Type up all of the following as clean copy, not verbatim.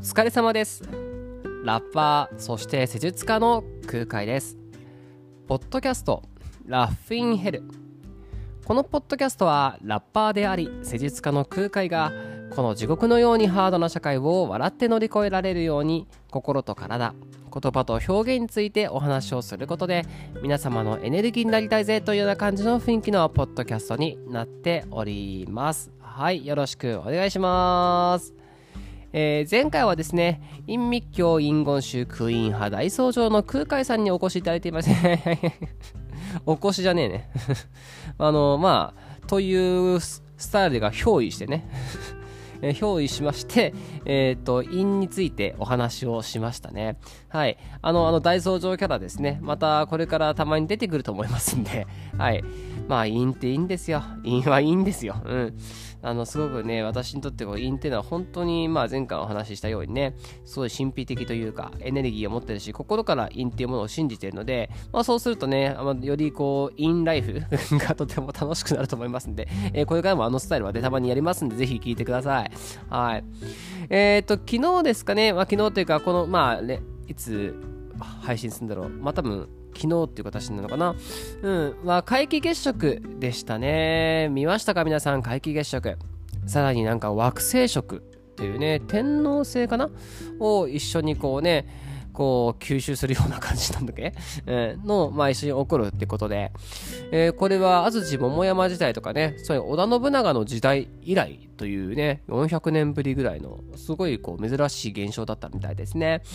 疲れ様です。ラッパー、そして施術家の空海です。ポッドキャストラフインヘル。このポッドキャストはラッパーであり施術家の空海がこの地獄のようにハードな社会を笑って乗り越えられるように心と体、言葉と表現についてお話をすることで皆様のエネルギーになりたいぜというような感じの雰囲気のポッドキャストになっております。はい、よろしくお願いします。前回はですね、陰密教陰言宗空陰派大僧正の空海さんにお越しいただいていますお越しじゃねえねというスタイルが憑依してね憑依しまして陰についてお話をしましたね。はい、大僧正キャラですね、またこれからたまに出てくると思いますんで、はい、陰っていいんですよ。陰はいいんですよ。すごくね、私にとって陰っていうのは本当に前回お話ししたようにね、すごい神秘的というかエネルギーを持ってるし、心から陰っていうものを信じているので、そうするとね、より陰ライフがとても楽しくなると思いますんで、これからもスタイルはたまにやりますんで、ぜひ聞いてください。はい。昨日ですかね、昨日というかこのいつ配信するんだろう、多分昨日っていう形なのかな。皆既月食でしたね。見ましたか皆さん、皆既月食。さらに惑星食というね、天王星かなを一緒に吸収するような感じなんだっけ、の、一緒に起こるってことで、これは安土桃山時代とかね、そういう織田信長の時代以来というね、400年ぶりぐらいのすごい珍しい現象だったみたいですね。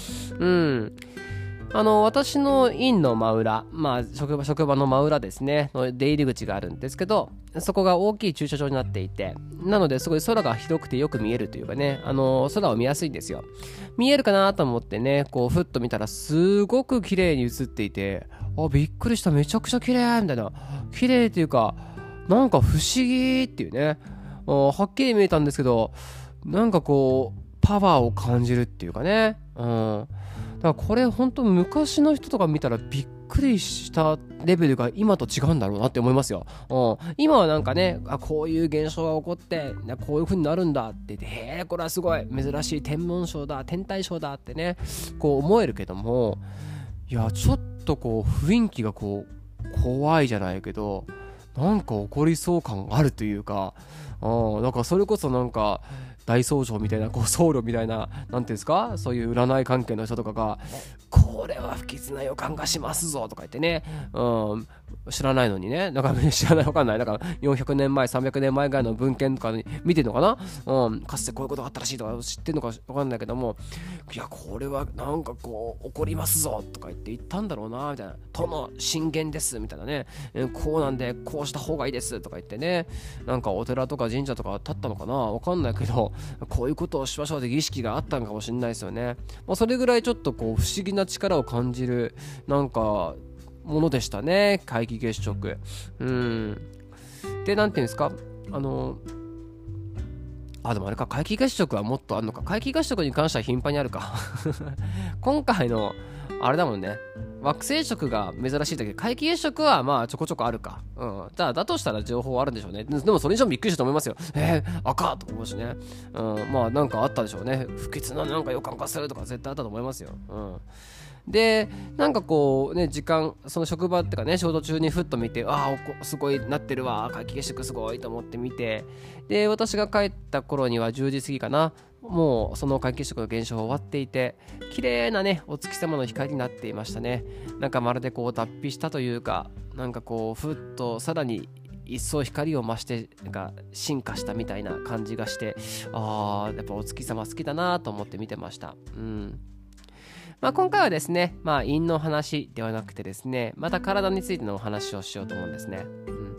私の院の真裏、職場の真裏ですねの出入り口があるんですけど、そこが大きい駐車場になっていて、なのですごい空が広くてよく見えるというかね、空を見やすいんですよ。見えるかなと思ってね、ふっと見たらすごく綺麗に映っていて、びっくりした、めちゃくちゃ綺麗みたいな、綺麗っていうか不思議っていうね、はっきり見えたんですけど、パワーを感じるっていうかね、だからこれ本当昔の人とか見たらびっくりしたレベルが今と違うんだろうなって思いますよ。今はこういう現象が起こってこういう風になるんだって言って、これはすごい珍しい天文章だ、天体ショーだってね思えるけども、いやちょっと雰囲気が怖いじゃないけど、起こりそう感あるというか、それこそ大僧正みたいな僧侶みたいな、なんていうんですか、そういう占い関係の人とかがこれは不吉な予感がしますぞとか言ってね、知らないのにね、知らない、わかんない、400年前300年前ぐらいの文献とかに見てるのかな、かつてこういうことがあったらしいとか知ってるのかわかんないけども、いやこれは起こりますぞとか言ったんだろうなみたいな、殿進言ですみたいなね、こうなんでこうした方がいいですとか言ってね、お寺とか神社とか立ったのかな、わかんないけど、こういうことをしましょうって儀式があったのかもしれないですよね。それぐらいちょっと不思議な力を感じるものでしたね、皆既月食。で、なんていうんですか、でもあれか、皆既月食はもっとあるのか。皆既月食に関しては頻繁にあるか今回のあれだもんね、惑星食が珍しいだけど、皆既月食はちょこちょこあるか。だとしたら情報あるんでしょうね。でもそれにしてもびっくりしたと思いますよ。赤と思うしね。あったでしょうね。不吉な予感がするとか絶対あったと思いますよ。で時間、その職場ってかね、仕事中にふっと見て、すごいなってるわ、皆既月食すごいと思って見て、で私が帰った頃には10時過ぎかな、もうその皆既月食の現象が終わっていて、綺麗なねお月様の光になっていましたね。まるで脱皮したというか、ふっとさらに一層光を増して進化したみたいな感じがして、やっぱお月様好きだなと思って見てました。今回はですね、陰の話ではなくてですね、また体についてのお話をしようと思うんですね。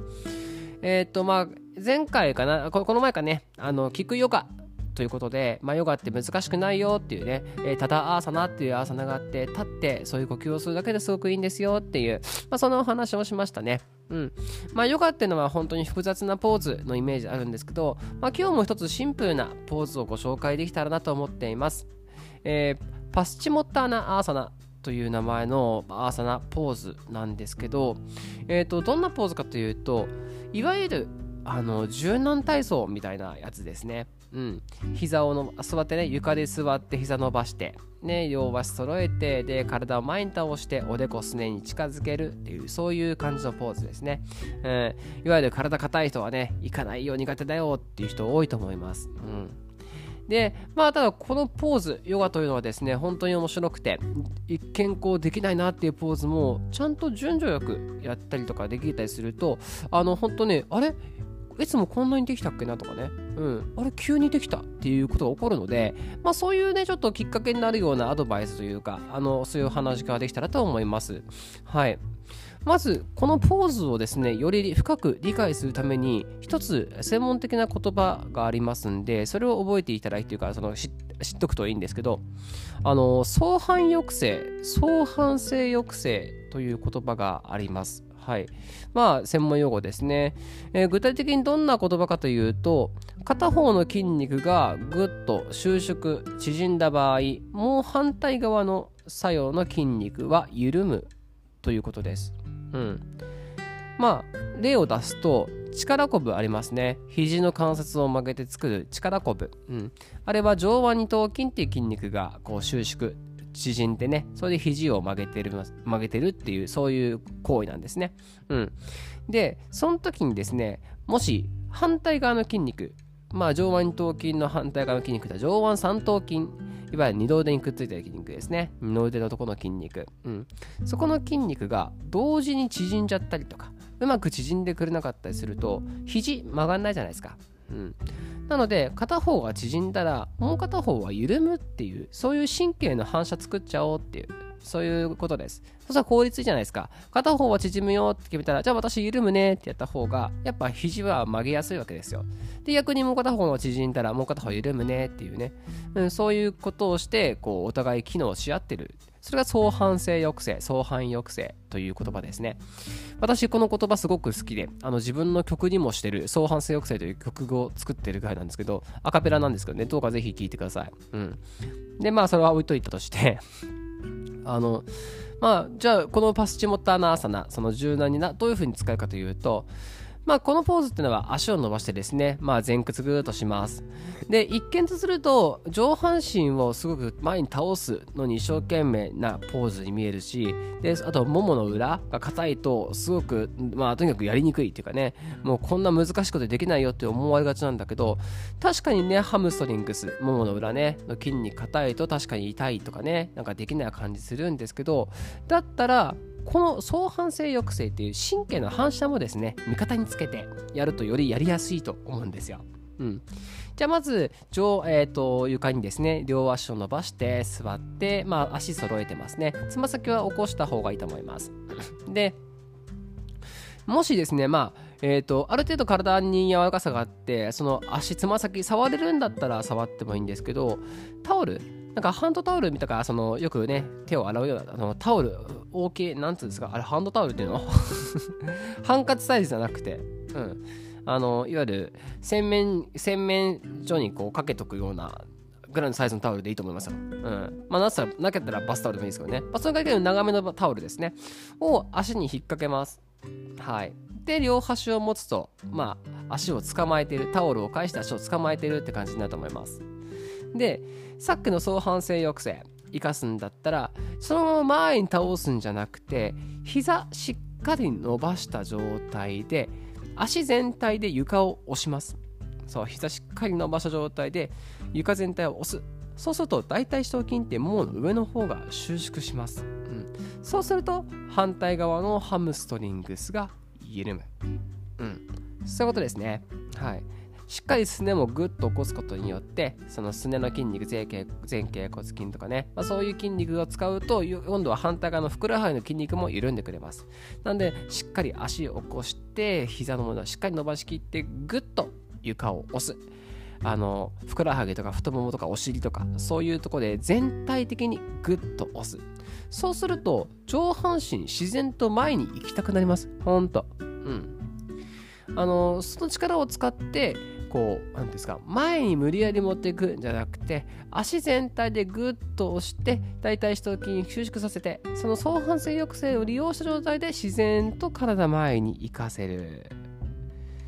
前回かな、この前かね、聞くヨガということで、ヨガって難しくないよっていうね、タダアーサナっていうアーサナがあって、立ってそういう呼吸をするだけですごくいいんですよっていう、そのお話をしましたね。ヨガっていうのは本当に複雑なポーズのイメージあるんですけど、今日も一つシンプルなポーズをご紹介できたらなと思っています。パスチモッターナアーサナという名前のアーサナポーズなんですけど、どんなポーズかというと、いわゆる柔軟体操みたいなやつですね。 膝を座ってね、床で座って膝伸ばして、ね、両足揃えて、で体を前に倒しておでこすねに近づけるっていう、そういう感じのポーズですね。いわゆる体硬い人はね、行かないよ苦手だよっていう人多いと思います。でただこのポーズ、ヨガというのはですね、本当に面白くて、一見できないなっていうポーズもちゃんと順序よくやったりとかできたりすると、本当ね、あれいつもこんなにできたっけなとかね、あれ急にできたっていうことが起こるので、そういうねちょっときっかけになるようなアドバイスというか、そういう話ができたらと思います。はい。まずこのポーズをですね、より深く理解するために一つ専門的な言葉がありますんで、それを覚えていただいて、というか知っとくといいんですけど、相反抑制、相反性抑制という言葉があります。はい。専門用語ですね。具体的にどんな言葉かというと、片方の筋肉がぐっと収縮縮んだ場合、もう反対側の作用の筋肉は緩むということです。例を出すと、力こぶありますね。肘の関節を曲げて作る力こぶ、あれは上腕二頭筋っていう筋肉が収縮縮んでね、それで肘を曲げてるっていう、そういう行為なんですね。でその時にですね、もし反対側の筋肉、上腕二頭筋の反対側の筋肉は上腕三頭筋、いわゆる二の腕にくっついている筋肉ですね。二の腕のところの筋肉、そこの筋肉が同時に縮んじゃったりとか、うまく縮んでくれなかったりすると、肘曲がんないじゃないですか。なので片方が縮んだらもう片方は緩むっていう、そういう神経の反射作っちゃおうっていう、そういうことです。そしたら効率いいじゃないですか。片方は縮むよって決めたら、じゃあ私緩むねってやった方がやっぱ肘は曲げやすいわけですよ。で逆にもう片方が縮んだらもう片方緩むねっていうね、そういうことをしてお互い機能し合ってる。それが相反性抑制、相反抑制という言葉ですね。私この言葉すごく好きで、自分の曲にもしてる相反性抑制という曲を作ってるぐらいなんですけど、アカペラなんですけどね、どうかぜひ聴いてください。でそれは置いといたとしてじゃあこのパスチモッターナーサナ、その柔軟にどういう風に使うかというと、このポーズっていうのは足を伸ばしてですね、前屈ぐーっとします。で一見とすると上半身をすごく前に倒すのに一生懸命なポーズに見えるし、であとももの裏が硬いとすごくとにかくやりにくいっていうかね、もうこんな難しいことできないよって思われがちなんだけど、確かにね、ハムストリングス、ももの裏ねの筋肉硬いと確かに痛いとかね、なんかできない感じするんですけど、だったらこの相反性抑制っていう神経の反射もですね、味方につけてやるとよりやりやすいと思うんですよ。じゃあまず床にですね、両足を伸ばして座って、足揃えてますね。つま先は起こした方がいいと思います。でもしですね、ある程度体に柔らかさがあって、その足つま先触れるんだったら触ってもいいんですけど、タオルなんかハンドタオルみたいな、よくね手を洗うようなタオル、大きいなんていうんですか、あれハンドタオルっていうのハンカチサイズじゃなくて、いわゆる洗面所にかけとくようなぐらいのサイズのタオルでいいと思いますよ。なけたらバスタオルでもいいですけどね、そのぐらいの長めのタオルですねを足に引っ掛けます。で両端を持つと、足を捕まえてる、タオルを返して足を捕まえてるって感じになると思います。でさっきの相反性抑制生かすんだったら、そのまま前に倒すんじゃなくて、膝しっかり伸ばした状態で足全体で床を押します。膝しっかり伸ばした状態で床全体を押す。そうすると大腿四頭筋ってももの上の方が収縮します。そうすると反対側のハムストリングスが緩む。そういうことですね。しっかりすねもグッと起こすことによって、そのすねの筋肉、前傾骨筋とかね、そういう筋肉を使うと、今度は反対側のふくらはぎの筋肉も緩んでくれます。なのでしっかり足を起こして、膝のものをしっかり伸ばしきってグッと床を押す。ふくらはぎとか太ももとかお尻とか、そういうところで全体的にグッと押す。そうすると上半身自然と前に行きたくなります。ほんと。その力を使ってなんですか、前に無理やり持っていくんじゃなくて、足全体でグッと押して大腿四頭筋収縮させて、その相反性抑制を利用した状態で自然と体前に行かせる。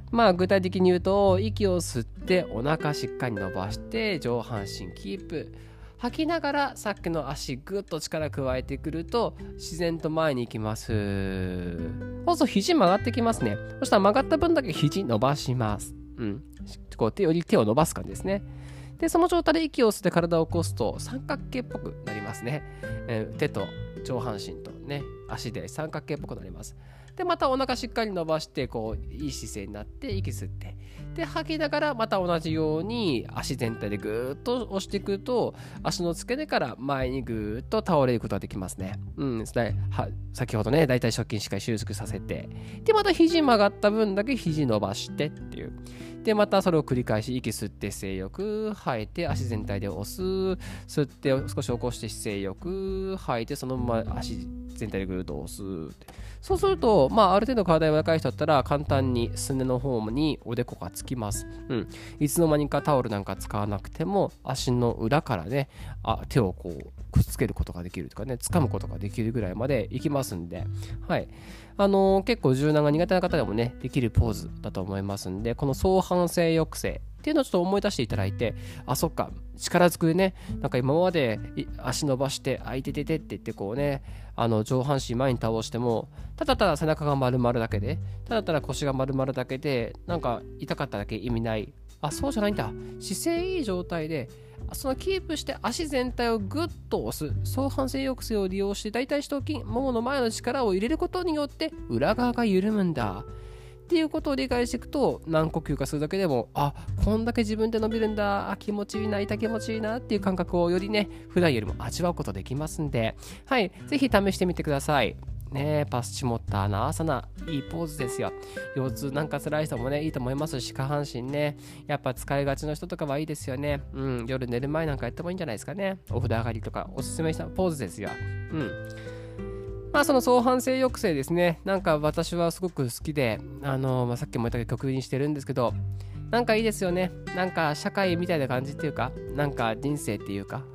まあ具体的に言うと、息を吸ってお腹しっかり伸ばして上半身キープ、吐きながらさっきの足ぐっと力加えてくると自然と前に行きます。そうすると肘曲がってきますね。そしたら曲がった分だけ肘伸ばします。こうより手を伸ばす感じですね。でその状態で息を吸って体を起こすと三角形っぽくなりますね。手と上半身とね足で三角形っぽくなります。でまたお腹しっかり伸ばしてこういい姿勢になって息吸って、で吐きながらまた同じように足全体でぐーっと押していくと足の付け根から前にぐーっと倒れることができますね。先ほどねだいたい側筋しっかり収縮させて、でまた肘曲がった分だけ肘伸ばしてっていう、でまたそれを繰り返し息吸って姿勢よく吐いて足全体で押す、吸って少し起こして姿勢よく吐いてそのまま足全体でぐーっと押すって、そうするとある程度体が柔らかい人だったら簡単にすねの方におでこがつきます。いつの間にかタオルなんか使わなくても足の裏からね手をこうくっつけることができるとかね掴むことができるぐらいまでいきますんで、結構柔軟が苦手な方でもねできるポーズだと思いますんで、この相反性抑制っていうのをちょっと思い出していただいて、そっか力ずくでねなんか今まで足伸ばしてあいてててって言ってこうね上半身前に倒してもただただ背中が丸まるだけで、ただただ腰が丸まるだけでなんか痛かっただけ意味ない。そうじゃないんだ。姿勢いい状態でそのキープして足全体をグッと押す相反性抑制を利用して大腿四頭筋ももの前の力を入れることによって裏側が緩むんだっていうことを理解していくと、何呼吸かするだけでもこんだけ自分で伸びるんだ、気持ちいいな、痛気持ちいいなっていう感覚をよりね普段よりも味わうことできますんで、ぜひ試してみてくださいね。パスチモッターナアーサナいいポーズですよ。腰痛なんか辛い人もねいいと思いますし、下半身ねやっぱ使いがちの人とかはいいですよね。夜寝る前なんかやってもいいんじゃないですかね。お風呂上がりとかおすすめしたポーズですよ。その相反性抑制ですね。なんか私はすごく好きでさっきも言ったけど曲にしてるんですけど、なんかいいですよね。なんか社会みたいな感じっていうか、なんか人生っていうか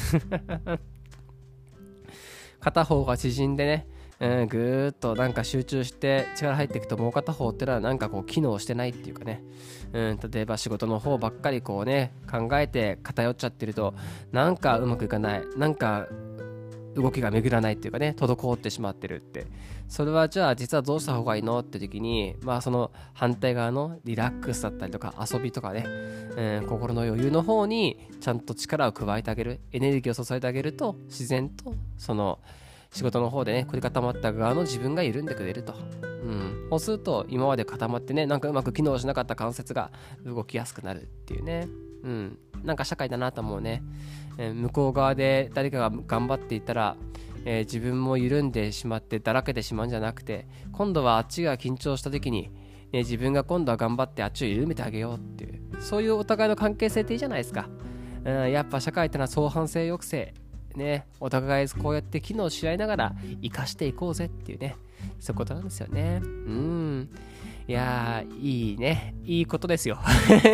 片方が縮んでねぐーっとなんか集中して力入っていくと、もう片方ってのはなんかこう機能してないっていうかね、例えば仕事の方ばっかりこうね考えて偏っちゃってるとなんかうまくいかない、なんか動きが巡らないっていうかね滞ってしまってるって、それはじゃあ実はどうした方がいいのって時にその反対側のリラックスだったりとか遊びとかね、心の余裕の方にちゃんと力を加えてあげる、エネルギーを注いであげると自然とその仕事の方でね凝り固まった側の自分が緩んでくれると、そうすると今まで固まってねなんかうまく機能しなかった関節が動きやすくなるっていうね、なんか社会だなと思うね。向こう側で誰かが頑張っていたら、自分も緩んでしまってだらけてしまうんじゃなくて、今度はあっちが緊張した時に、自分が今度は頑張ってあっちを緩めてあげようっていう、そういうお互いの関係性っていいじゃないですか。やっぱ社会ってのは相反性抑制ね、お互いこうやって機能し合いながら生かしていこうぜっていうね、そういうことなんですよね。いやーいいね、いいことですよ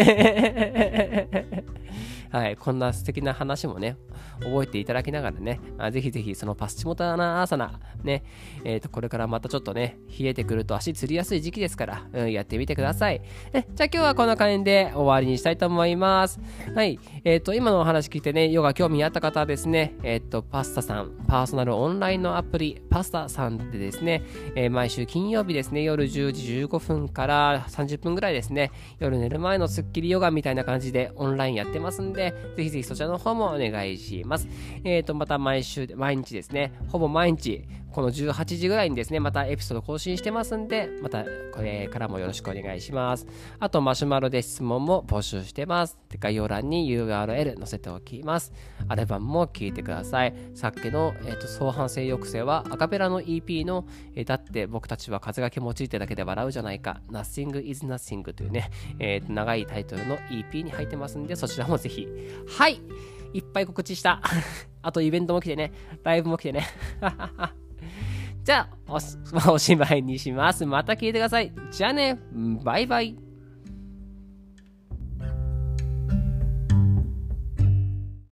こんな素敵な話もね覚えていただきながらね、ぜひぜひそのパスチモタナアーサナね、これからまたちょっとね冷えてくると足つりやすい時期ですから、やってみてください。じゃあ今日はこんな感じで終わりにしたいと思います。今のお話聞いてねヨガ興味あった方はですね、パスタさんパーソナルオンラインのアプリパスタさんでですね、毎週金曜日ですね夜10時15分から30分ぐらいですね、夜寝る前のスッキリヨガみたいな感じでオンラインやってますんで、ぜひぜひそちらの方もお願いします。また毎日ですね、ほぼ毎日この18時ぐらいにですねまたエピソード更新してますんで、またこれからもよろしくお願いします。あとマシュマロで質問も募集してます。概要欄に URL 載せておきます。アルバムも聴いてください。さっきの、相反性抑制はアカペラの EP の、だって僕たちは風が気持ちいいってだけで笑うじゃないか Nothing is Nothing というね、長いタイトルの EP に入ってますんで、そちらもぜひいっぱい告知したあとイベントも来てね、ライブも来てねじゃあおしまいにします。また聞いてください。じゃあね、バイバイ。